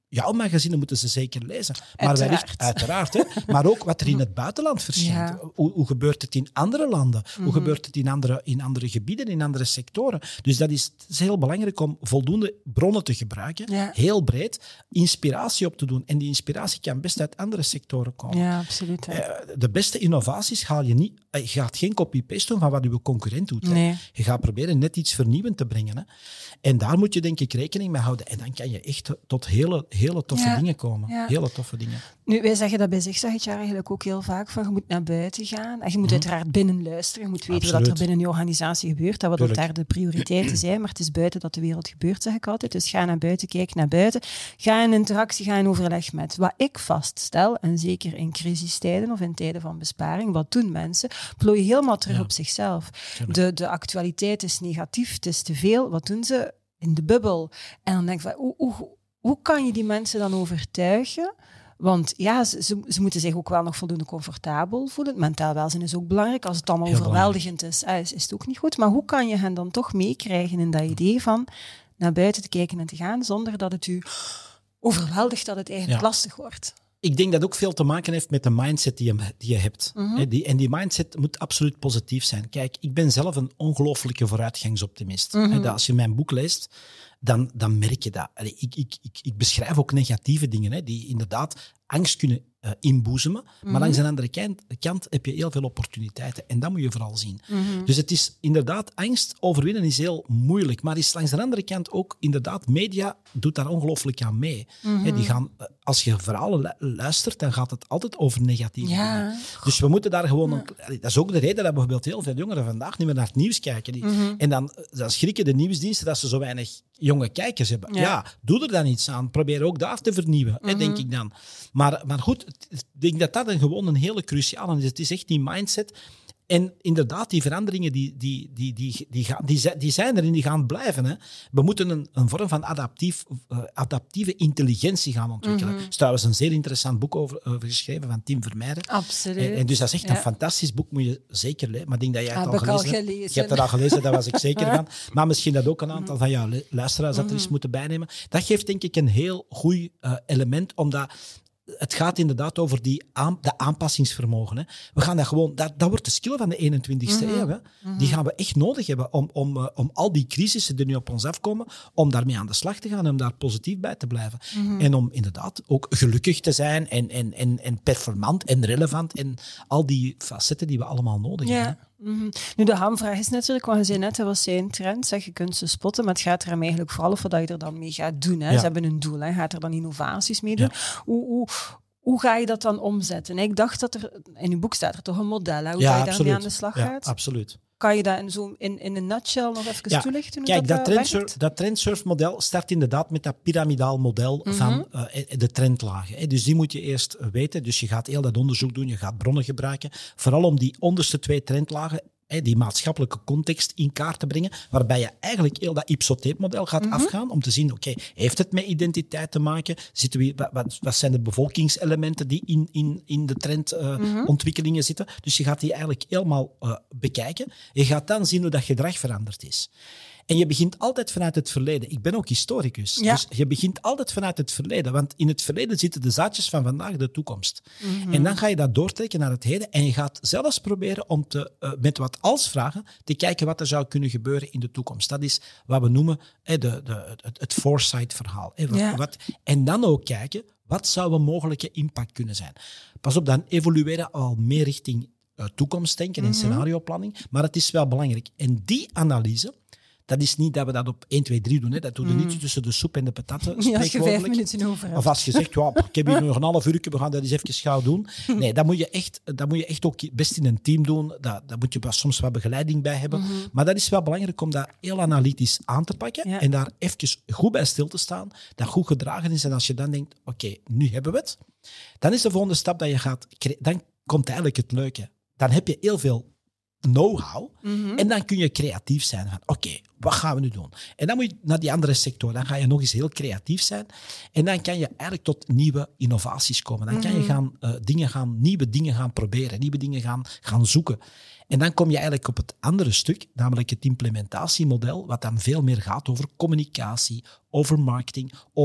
jouw magazine moeten ze zeker lezen. Maar Uiteraard. wellicht, uiteraard. Hè, maar ook wat er in het buitenland verschijnt. Ja. Hoe, hoe gebeurt het in andere landen? Mm-hmm. Hoe gebeurt het in andere, in andere gebieden, in andere sectoren? Dus dat is, het is heel belangrijk om voldoende bronnen te gebruiken. Ja. Heel breed. Inspiratie op te doen. En die inspiratie kan best uit andere sectoren komen. Ja, absoluut. Hè. Eh, De beste innovaties haal je niet... Je gaat geen copy-paste doen van wat je concurrent doet. Hè. Nee. Je gaat proberen net iets vernieuwend te brengen. Hè. En daar moet je denk ik rekening mee houden. En dan kan je echt tot hele, hele toffe Ja. dingen komen. Ja. Hele toffe dingen. Nu, wij zeggen dat bij Zigzag eigenlijk ook heel vaak, van je moet naar buiten gaan. En je moet uiteraard binnen luisteren. Je moet weten wat Absoluut. er binnen je organisatie gebeurt. Dat wat ook Tuurlijk. daar de prioriteiten zijn. Maar het is buiten dat de wereld gebeurt, zeg ik altijd. Dus ga naar buiten, kijk naar buiten. Ga in interactie, ga in overleg met. Wat ik vaststel, en zeker in crisistijden of in tijden van besparing, wat doen mensen? Plooien helemaal terug Ja. op zichzelf. Tuurlijk. De, de actualiteit is negatief, het is te veel. Wat doen ze? In de bubbel. En dan denk ik van, hoe, hoe, hoe kan je die mensen dan overtuigen? Want ja, ze, ze, ze moeten zich ook wel nog voldoende comfortabel voelen. Mentaal welzijn is ook belangrijk. Als het allemaal Heel overweldigend is, eh, is, is het ook niet goed. Maar hoe kan je hen dan toch meekrijgen in dat idee van naar buiten te kijken en te gaan, zonder dat het u overweldigt, dat het eigenlijk Ja. lastig wordt? Ik denk dat ook veel te maken heeft met de mindset die je, die je hebt. Mhm. Hè, die, en die mindset moet absoluut positief zijn. Kijk, ik ben zelf een ongelooflijke vooruitgangsoptimist. Mhm. Hè, dat als je mijn boek leest, dan, dan merk je dat. Allee, ik, ik, ik, ik beschrijf ook negatieve dingen hè, die inderdaad angst kunnen uh, inboezemen. Mhm. Maar langs de andere kant, kant heb je heel veel opportuniteiten. En dat moet je vooral zien. Mhm. Dus het is inderdaad, angst overwinnen is heel moeilijk. Maar is langs de andere kant ook, inderdaad, media doet daar ongelooflijk aan mee. Mhm. Hè, die gaan, uh, als je verhalen lu- luistert, dan gaat het altijd over negatieve dingen. Ja. Dus we moeten daar gewoon... Een, allee, dat is ook de reden dat bijvoorbeeld heel veel jongeren vandaag niet meer naar het nieuws kijken. Die, Mhm. En dan, dan schrikken de nieuwsdiensten dat ze zo weinig jonge kijkers hebben. Ja. Ja, doe er dan iets aan. Probeer ook daar te vernieuwen, hè, denk ik dan. Maar, maar goed, ik denk dat dat een, gewoon een hele cruciale is. Het is echt die mindset. En inderdaad, die veranderingen die, die, die, die, die, gaan, die, zijn, die zijn er en die gaan blijven. Hè. We moeten een, een vorm van adaptief, uh, adaptieve intelligentie gaan ontwikkelen. Er is trouwens een zeer interessant boek over, over geschreven van Tim Vermeijden. Absoluut. En, en dus dat is echt Ja. een fantastisch boek, moet je zeker lezen. Maar ik denk dat jij het Heb al ik al gelezen hebt. gelezen. Je hebt het al gelezen, daar was ik zeker van. Maar misschien dat ook een aantal van jouw lu- luisteraars dat er eens moeten bijnemen. Dat geeft denk ik een heel goed uh, element, omdat het gaat inderdaad over die aan, de aanpassingsvermogen. Hè. We gaan dat gewoon... Dat, dat wordt de skill van de eenentwintigste Mhm. eeuw. Hè. Die gaan we echt nodig hebben om, om, uh, om al die crisissen die nu op ons afkomen, om daarmee aan de slag te gaan en om daar positief bij te blijven. Mhm. En om inderdaad ook gelukkig te zijn en, en, en, en performant en relevant en al die facetten die we allemaal nodig hebben. Ja. Mhm. Nu, de hamvraag is natuurlijk, want je zei net, dat was zijn trend, zeg, je kunt ze spotten, maar het gaat er hem eigenlijk vooral over wat je er dan mee gaat doen. Hè. Ja. Ze hebben een doel, hè. Gaat er dan innovaties mee doen? Hoe, hoe, hoe ga je dat dan omzetten? Ik dacht dat er, in uw boek staat er toch een model, hè, hoe Ja, dat je daarmee absoluut. aan de slag Ja, gaat? absoluut. Kan je dat in, zo in, in een nutshell nog even Ja, toelichten? Hoe Kijk, dat, dat, eh, trendsurf, werkt? dat trendsurfmodel start inderdaad met dat piramidaal model Mhm. van uh, de trendlagen. Hè. Dus die moet je eerst weten. Dus je gaat heel dat onderzoek doen, je gaat bronnen gebruiken. Vooral om die onderste twee trendlagen, hè, die maatschappelijke context in kaart te brengen, waarbij je eigenlijk heel dat Ipsos-tape-model gaat Mhm. afgaan om te zien, oké, okay, heeft het met identiteit te maken? Zitten we, wat, wat, wat zijn de bevolkingselementen die in, in, in de trendontwikkelingen uh, Mhm. zitten? Dus je gaat die eigenlijk helemaal uh, bekijken. Je gaat dan zien hoe dat gedrag veranderd is. En je begint altijd vanuit het verleden. Ik ben ook historicus. Ja. Dus je begint altijd vanuit het verleden. Want in het verleden zitten de zaadjes van vandaag, de toekomst. Mhm. En dan ga je dat doortrekken naar het heden. En je gaat zelfs proberen om te, uh, met wat als-vragen te kijken wat er zou kunnen gebeuren in de toekomst. Dat is wat we noemen eh, de, de, het, het foresight-verhaal. Eh, wat, Ja. wat, en dan ook kijken, wat zou een mogelijke impact kunnen zijn? Pas op, dan evolueren al meer richting uh, toekomstdenken en Mhm. scenarioplanning. Maar het is wel belangrijk. En die analyse... Dat is niet dat we dat op één, twee, drie doen. Hè. Dat doen we niet tussen de soep en de patatten. Niet als je vijf spreekwoordelijk. minuten over hebt. Of als je zegt, ja, ik heb hier nog een half uur, we gaan dat eens even gauw doen. Nee, dat moet je echt, dat moet je echt ook best in een team doen. Daar, daar moet je wel soms wat begeleiding bij hebben. Mhm. Maar dat is wel belangrijk om dat heel analytisch aan te pakken Ja. en daar even goed bij stil te staan. Dat goed gedragen is. En als je dan denkt, oké, okay, nu hebben we het. Dan is de volgende stap dat je gaat... Dan komt eigenlijk het leuke. Dan heb je heel veel know-how. Mhm. En dan kun je creatief zijn. Van, oké, okay, wat gaan we nu doen? En dan moet je naar die andere sector. Dan ga je nog eens heel creatief zijn. En dan kan je eigenlijk tot nieuwe innovaties komen. Dan kan je gaan, uh, dingen gaan, nieuwe dingen gaan proberen. Nieuwe dingen gaan, gaan zoeken. En dan kom je eigenlijk op het andere stuk, namelijk het implementatiemodel, wat dan veel meer gaat over communicatie, over marketing, over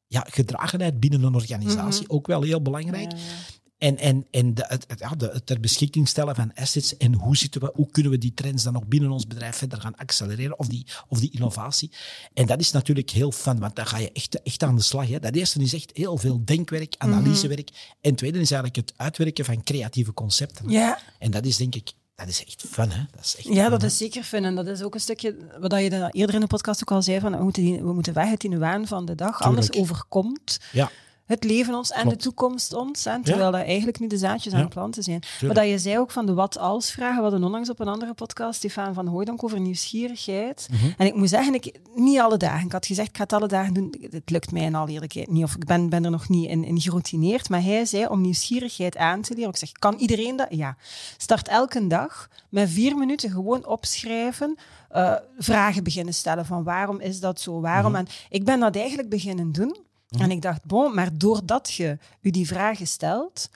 ja, gedragenheid binnen een organisatie, mm-hmm. ook wel heel belangrijk. Ja, ja. En, en, en de, het, ja, de, het ter beschikking stellen van assets en hoe, zitten we, hoe kunnen we die trends dan nog binnen ons bedrijf verder gaan accelereren, of die, of die innovatie. En dat is natuurlijk heel fun, want dan ga je echt, echt aan de slag. Hè. Dat eerste is echt heel veel denkwerk, analysewerk. Mm-hmm. En het tweede is eigenlijk het uitwerken van creatieve concepten. Ja. En dat is denk ik... Dat is echt fun, hè? Dat is echt ja, fun, dat hè? is zeker fun. En dat is ook een stukje, wat je de, eerder in de podcast ook al zei, van we moeten, die, we moeten weg uit die waan van de dag. Tuurlijk. Anders overkomt ja. het leven ons en Klopt. de toekomst ons. Hè? Terwijl ja. dat eigenlijk nu de zaadjes aan het ja. planten zijn. Tuurlijk. Maar dat je zei ook van de wat-als-vragen. We hadden onlangs op een andere podcast Stefan van Hooijdonk over nieuwsgierigheid. Mm-hmm. En ik moet zeggen, ik, niet alle dagen. Ik had gezegd, ik ga het alle dagen doen. Het lukt mij in alle eerlijkheid niet. Of ik ben, ben er nog niet in, in geroutineerd. Maar hij zei om nieuwsgierigheid aan te leren. Ik zeg, kan iedereen dat? Ja. Start elke dag met vier minuten gewoon opschrijven. Uh, vragen beginnen stellen van waarom is dat zo? Waarom? Mm-hmm. En ik ben dat eigenlijk beginnen doen. En ik dacht, bon, maar doordat je je die vragen stelt,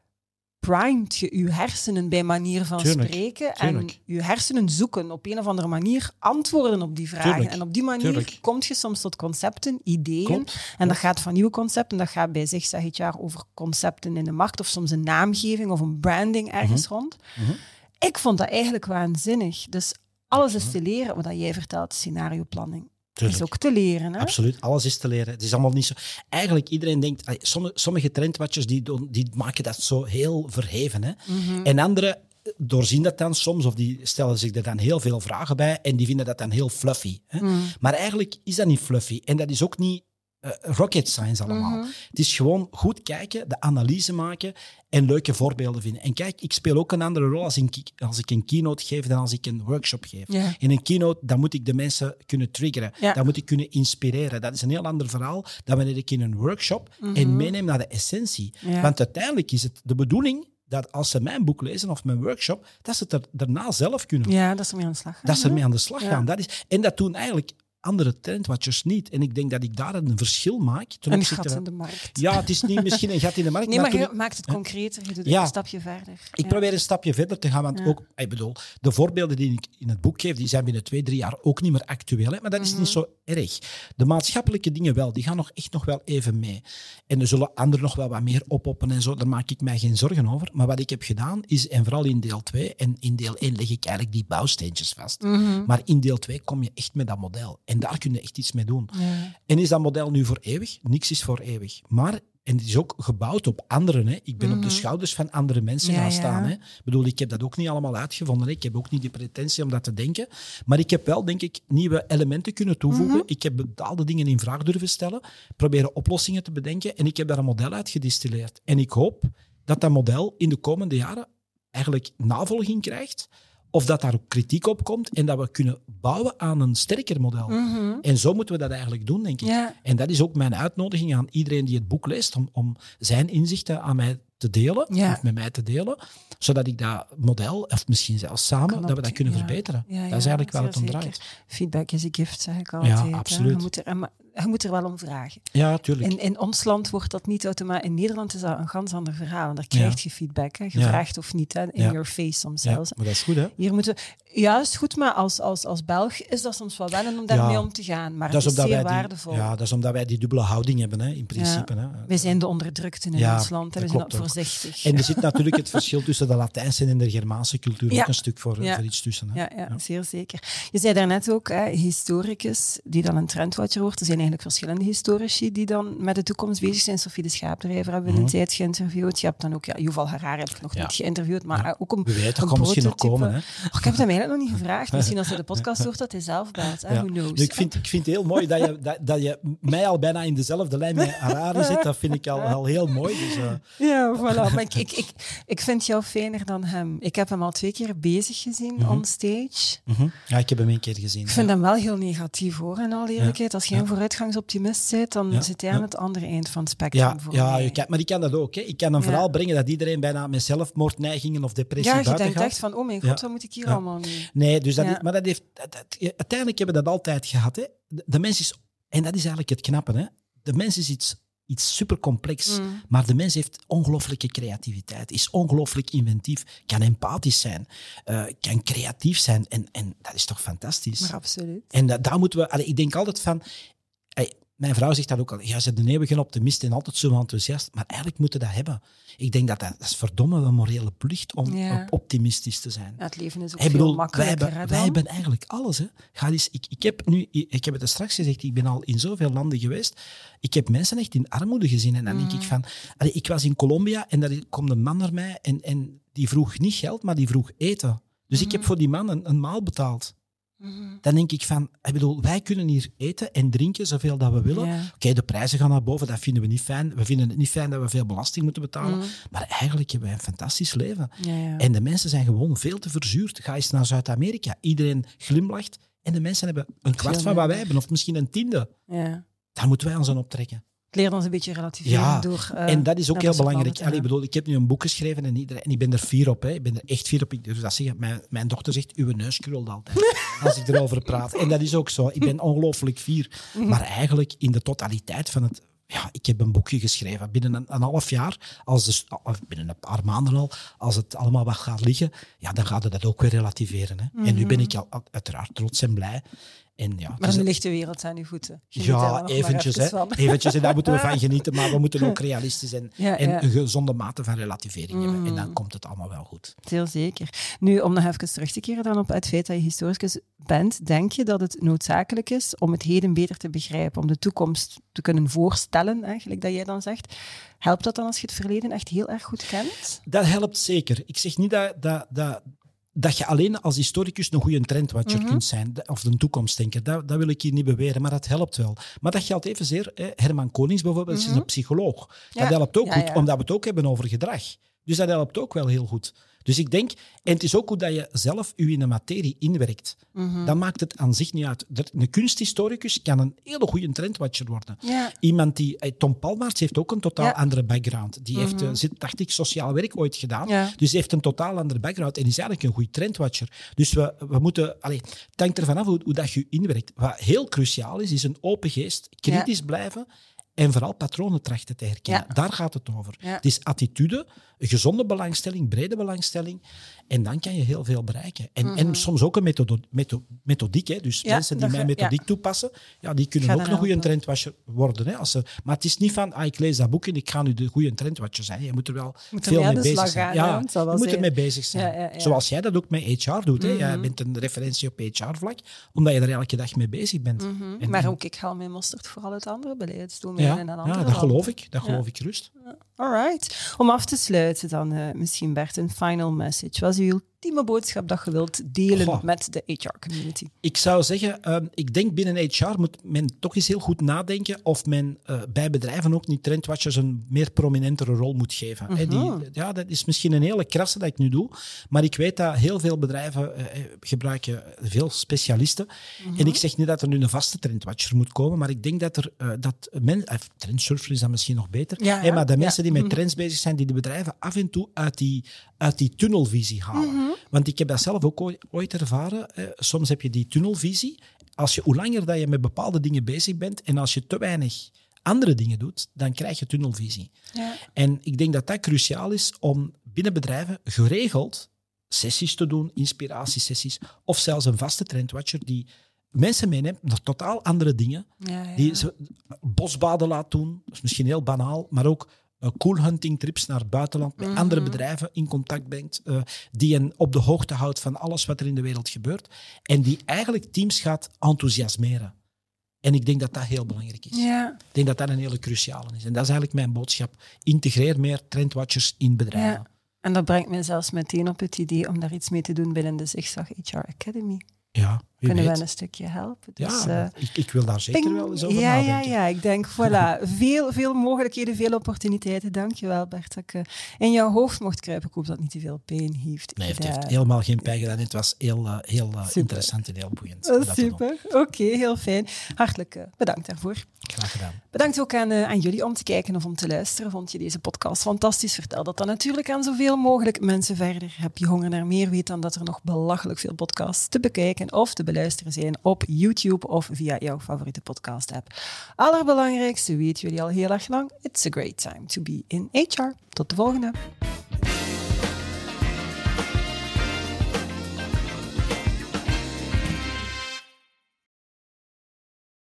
primet je je hersenen bij manier van tuurlijk, spreken tuurlijk. en je hersenen zoeken op een of andere manier antwoorden op die vragen. Tuurlijk, en op die manier kom je soms tot concepten, ideeën. Klopt. En dat gaat van nieuwe concepten, dat gaat bij zich, zeg het jaar, over concepten in de markt of soms een naamgeving of een branding ergens mm-hmm. rond. Mm-hmm. Ik vond dat eigenlijk waanzinnig. Dus alles is te leren, wat jij vertelt, scenarioplanning. Tuurlijk. Is ook te leren, hè? Absoluut, alles is te leren. Het is allemaal niet zo... Eigenlijk, iedereen denkt... Sommige, sommige trendwatchers die, die maken dat zo heel verheven. Hè? Mm-hmm. En anderen doorzien dat dan soms, of die stellen zich er dan heel veel vragen bij en die vinden dat dan heel fluffy. Hè? Mm. Maar eigenlijk is dat niet fluffy. En dat is ook niet uh, rocket science allemaal. Mm-hmm. Het is gewoon goed kijken, de analyse maken en leuke voorbeelden vinden. En kijk, ik speel ook een andere rol als, in, als ik een keynote geef dan als ik een workshop geef. Ja. In een keynote, dan moet ik de mensen kunnen triggeren. Ja. Dan moet ik kunnen inspireren. Dat is een heel ander verhaal dan wanneer ik in een workshop mm-hmm. en meeneem naar de essentie. Ja. Want uiteindelijk is het de bedoeling dat als ze mijn boek lezen of mijn workshop, dat ze het er daarna zelf kunnen. Ja, dat ze ermee aan de slag gaan. Dat ze ermee aan de slag ja. gaan. Dat is, en dat doen eigenlijk andere trendwatchers niet. En ik denk dat ik daar een verschil maak. Een gat in de markt. Ja, het is niet misschien een gat in de markt. Nee, maar, maar je toen... maakt het concreter. Je doet ja. een stapje verder. Ik ja. probeer een stapje verder te gaan, want ja. ook, ik bedoel, de voorbeelden die ik in het boek geef, die zijn binnen twee, drie jaar ook niet meer actueel. Hè? Maar dat is mm-hmm. niet zo erg. De maatschappelijke dingen wel, die gaan nog echt nog wel even mee. En er zullen anderen nog wel wat meer oppoppen en zo, daar maak ik mij geen zorgen over. Maar wat ik heb gedaan is, en vooral in deel twee, en in deel één leg ik eigenlijk die bouwsteentjes vast. Mm-hmm. Maar in deel twee kom je echt met dat model. En daar kun je echt iets mee doen. Ja. En is dat model nu voor eeuwig? Niks is voor eeuwig. Maar, en het is ook gebouwd op anderen. Hè. Ik ben mm-hmm. op de schouders van andere mensen ja, gaan staan. Ja. Hè. Ik bedoel, ik heb dat ook niet allemaal uitgevonden. Hè. Ik heb ook niet de pretentie om dat te denken. Maar ik heb wel, denk ik, nieuwe elementen kunnen toevoegen. Mm-hmm. Ik heb bepaalde dingen in vraag durven stellen, proberen oplossingen te bedenken en ik heb daar een model uit gedistilleerd. En ik hoop dat dat model in de komende jaren eigenlijk navolging krijgt. Of dat daar ook kritiek op komt en dat we kunnen bouwen aan een sterker model. Mm-hmm. En zo moeten we dat eigenlijk doen, denk ik. Ja. En dat is ook mijn uitnodiging aan iedereen die het boek leest, om, om zijn inzichten aan mij te delen, ja. of met mij te delen, zodat ik dat model, of misschien zelfs samen, Klopt. dat we dat kunnen ja. verbeteren. Ja, ja, dat is eigenlijk waar het om draait. Feedback is een gift, zeg ik altijd. Ja, absoluut. Je moet, er, je moet er wel om vragen. Ja, tuurlijk. In, in ons land wordt dat niet automatisch. In Nederland is dat een ganz ander verhaal. En daar krijg ja. je feedback. Hè. Je ja. vraagt of niet, hè. In ja. your face soms zelfs. Ja, maar dat is goed, hè? Hier moeten we, ja, is goed, maar als, als, als Belg is dat soms wel wennen om daarmee ja. om te gaan. Maar dat het is zeer waardevol. Die, ja, dat is omdat wij die dubbele houding hebben, hè, in principe. Ja. Hè. Wij zijn de onderdrukten in ja, ons land. Hè. We zijn ook voorzichtig. En er zit natuurlijk het verschil tussen de Latijnse en de Germaanse cultuur ja. ook een stuk voor, ja. voor iets tussen. Hè. Ja, ja, ja, zeer zeker. Je zei daarnet ook, hè, historicus die dan een trendwatcher wordt. Er zijn eigenlijk verschillende historici die dan met de toekomst bezig zijn. Sophie de Schaapdrijver hebben we mm-hmm. een tijd geïnterviewd. Je hebt dan ook, ja, Yuval Harari heb ik nog ja. niet geïnterviewd, maar ja. ook een, We weten, een kan misschien nog komen. Hè? Oh, ik heb hem eigenlijk nog niet gevraagd. Misschien als hij de podcast hoort dat hij zelf belt. Hè? Ja. Who knows? Nu, ik, vind, ik vind het heel mooi dat je, dat, dat je mij al bijna in dezelfde lijn met Harari zit. Dat vind ik al, al heel mooi. Dus, uh... Ja, voilà. Maar ik, ik, ik, ik vind jou fijner dan hem. Ik heb hem al twee keer bezig gezien mm-hmm. on stage. Mm-hmm. Ja, ik heb hem één keer gezien. Ik vind ja. hem wel heel negatief, hoor, in alle eerlijkheid. Ja. Als jij een ja. vooruitgangsoptimist bent, dan ja. zit hij aan ja. het andere eind van het spectrum. Ja, voor ja mij. je kan, maar ik kan dat ook. Hè. Ik kan een ja. verhaal brengen dat iedereen bijna met zelfmoordneigingen of depressie ja, buiten gaat. Ja, je denkt echt van, oh mijn god, ja. wat moet ik hier ja. allemaal nu? Nee, dus dat ja. is, maar dat heeft, dat, dat, uiteindelijk hebben we dat altijd gehad. Hè. De, de mens is, en dat is eigenlijk het knappe, hè. De mens is iets, iets supercomplex, mm. maar de mens heeft ongelooflijke creativiteit, is ongelooflijk inventief, kan empathisch zijn, uh, kan creatief zijn en, en dat is toch fantastisch? Maar absoluut. En dat, daar moeten we, allee, ik denk altijd van... Hey, mijn vrouw zegt dat ook al. Ja, ze zijn een eeuwige optimist en altijd zo enthousiast. Maar eigenlijk moeten we dat hebben. Ik denk dat dat, dat is verdomme een morele plicht om ja. optimistisch te zijn. Ja, het leven is ook hey, veel bedoel, makkelijker. Wij hebben, wij hebben eigenlijk alles. Hè. Ga eens, ik, ik, heb nu, ik heb het er straks gezegd, ik ben al in zoveel landen geweest. Ik heb mensen echt in armoede gezien. En dan mm. denk ik van... Allee, ik was in Colombia en daar komt een man naar mij en, en die vroeg niet geld, maar die vroeg eten. Dus mm. ik heb voor die man een, een maal betaald. Mm-hmm. Dan denk ik van, ik bedoel, wij kunnen hier eten en drinken zoveel dat we willen. Yeah. Oké, okay, de prijzen gaan naar boven, dat vinden we niet fijn. We vinden het niet fijn dat we veel belasting moeten betalen. Mm. Maar eigenlijk hebben wij een fantastisch leven. Yeah, yeah. En de mensen zijn gewoon veel te verzuurd. Ga eens naar Zuid-Amerika. Iedereen glimlacht. En de mensen hebben een kwart van wat wij hebben, of misschien een tiende. Yeah. Daar moeten wij ons aan optrekken. Het leert ons een beetje relativeren ja, door... Uh, en dat is ook heel belangrijk. Allee, ik, bedoel, ik heb nu een boek geschreven en, iedereen, en ik ben er fier op. Hè. Ik ben er echt fier op. Ik durf dat zeggen. Mijn, mijn dochter zegt, uw neus krult altijd als ik erover praat. En dat is ook zo. Ik ben ongelooflijk fier. Maar eigenlijk in de totaliteit van het... Ja, ik heb een boekje geschreven. Binnen een, een half jaar, als de, of binnen een paar maanden al, als het allemaal wat gaat liggen, ja, dan gaat het dat ook weer relativeren. Hè. Mm-hmm. En nu ben ik al, uiteraard trots en blij. En ja, maar dus nu ligt de wereld aan uw voeten. Geniet ja, eventjes. Hè, eventjes en daar moeten we van genieten. Maar we moeten ook realistisch zijn ja, en ja. een gezonde mate van relativering mm. hebben. En dan komt het allemaal wel goed. Heel zeker. Nu, om nog even terug te keren dan op het feit dat je historicus bent, denk je dat het noodzakelijk is om het heden beter te begrijpen, om de toekomst te kunnen voorstellen, hè, gelijk dat jij dan zegt. Helpt dat dan als je het verleden echt heel erg goed kent? Dat helpt zeker. Ik zeg niet dat... dat, dat dat je alleen als historicus een goede trendwatcher mm-hmm. kunt zijn, of een toekomstdenker. Dat, dat wil ik hier niet beweren, maar dat helpt wel. Maar dat geldt evenzeer, hè, Herman Konings bijvoorbeeld, mm-hmm. is een psycholoog. Ja. Dat helpt ook ja, goed, ja. omdat we het ook hebben over gedrag. Dus dat helpt ook wel heel goed. Dus ik denk, en het is ook goed dat je zelf je in de materie inwerkt. Mm-hmm. Dat maakt het aan zich niet uit. Een kunsthistoricus kan een hele goede trendwatcher worden. Ja. Iemand die... Tom Palmaerts heeft ook een totaal ja. andere background. Die mm-hmm. heeft, zit, dacht ik, sociaal werk ooit gedaan. Ja. Dus heeft een totaal andere background en is eigenlijk een goede trendwatcher. Dus we, we moeten... Allez, het hangt ervan af hoe, hoe dat je inwerkt. Wat heel cruciaal is, is een open geest, kritisch ja. blijven en vooral patronen trachten te herkennen. Ja. Daar gaat het over. Ja. Het is attitude, een gezonde belangstelling, brede belangstelling. En dan kan je heel veel bereiken. En, mm-hmm. en soms ook een methode, methode, methodiek. Hè. Dus ja, mensen die mijn methodiek ja. toepassen, ja, die kunnen ook een goede trendwatcher worden. Hè. Als ze, maar het is niet van, ah, ik lees dat boek en ik ga nu de goede trendwatcher zijn. Je moet er wel moet veel mee bezig zijn. Gaan, ja, je moet er mee bezig zijn. Ja, ja, ja. Zoals jij dat ook met H R doet. Hè. Mm-hmm. Jij bent een referentie op H R-vlak, omdat je er elke dag mee bezig bent. Mm-hmm. En, maar ook ik haal mijn mosterd vooral uit andere beleidsdomeinen. Ja, en andere ja dat geloof ik. Dat geloof ja. ik gerust. Alright. Om af te sluiten dan uh, misschien, Bert, een final message. Wat is uw ultieme boodschap dat je wilt delen Goh. met de H R-community? Ik zou zeggen, uh, ik denk binnen H R moet men toch eens heel goed nadenken of men uh, bij bedrijven ook niet trendwatchers een meer prominentere rol moet geven. Uh-huh. Die, ja, dat is misschien een hele krasse dat ik nu doe, maar ik weet dat heel veel bedrijven uh, gebruiken veel specialisten. Uh-huh. En ik zeg niet dat er nu een vaste trendwatcher moet komen, maar ik denk dat er uh, dat men, uh, trendsurfer is dan misschien nog beter, ja, ja. Hey, maar de mensen ja. die met trends bezig zijn, die de bedrijven af en toe uit die, uit die tunnelvisie halen. Uh-huh. Want ik heb dat zelf ook ooit ervaren. Eh, soms heb je die tunnelvisie. Als je, hoe langer dat je met bepaalde dingen bezig bent en als je te weinig andere dingen doet, dan krijg je tunnelvisie. Ja. En ik denk dat dat cruciaal is om binnen bedrijven geregeld sessies te doen, inspiratiesessies, of zelfs een vaste trendwatcher die mensen meeneemt naar totaal andere dingen. Ja, ja. Die ze bosbaden laat doen. Dat is misschien heel banaal, maar ook Uh, cool hunting trips naar het buitenland, met mm-hmm. andere bedrijven in contact brengt, uh, die hen op de hoogte houdt van alles wat er in de wereld gebeurt en die eigenlijk teams gaat enthousiasmeren. En ik denk dat dat heel belangrijk is. Yeah. Ik denk dat dat een hele cruciale is. En dat is eigenlijk mijn boodschap. Integreer meer trendwatchers in bedrijven. Yeah. En dat brengt mij zelfs meteen op het idee om daar iets mee te doen binnen de Zigzag H R Academy. Ja, kunnen weet. wij een stukje helpen. Dus, ja, uh, ik, ik wil daar zeker ping. wel eens over ja, nadenken. Ja, ja, ik denk, voilà, veel, veel mogelijkheden, veel opportuniteiten. Dankjewel, Bert, dat ik uh, in jouw hoofd mocht kruipen. Ik hoop dat het niet te veel pijn heeft. Nee, het heeft helemaal geen pijn gedaan. Het was heel, uh, heel uh, interessant en heel boeiend. Uh, super, oké, okay, heel fijn. Hartelijk uh, bedankt daarvoor. Graag gedaan. Bedankt ook aan, uh, aan jullie om te kijken of om te luisteren. Vond je deze podcast fantastisch? Vertel dat dan natuurlijk aan zoveel mogelijk mensen verder. Heb je honger naar meer? Weet dan dat er nog belachelijk veel podcasts te bekijken of te beluisteren zijn op YouTube of via jouw favoriete podcast-app. Allerbelangrijkste weten jullie al heel erg lang. It's a great time to be in H R. Tot de volgende.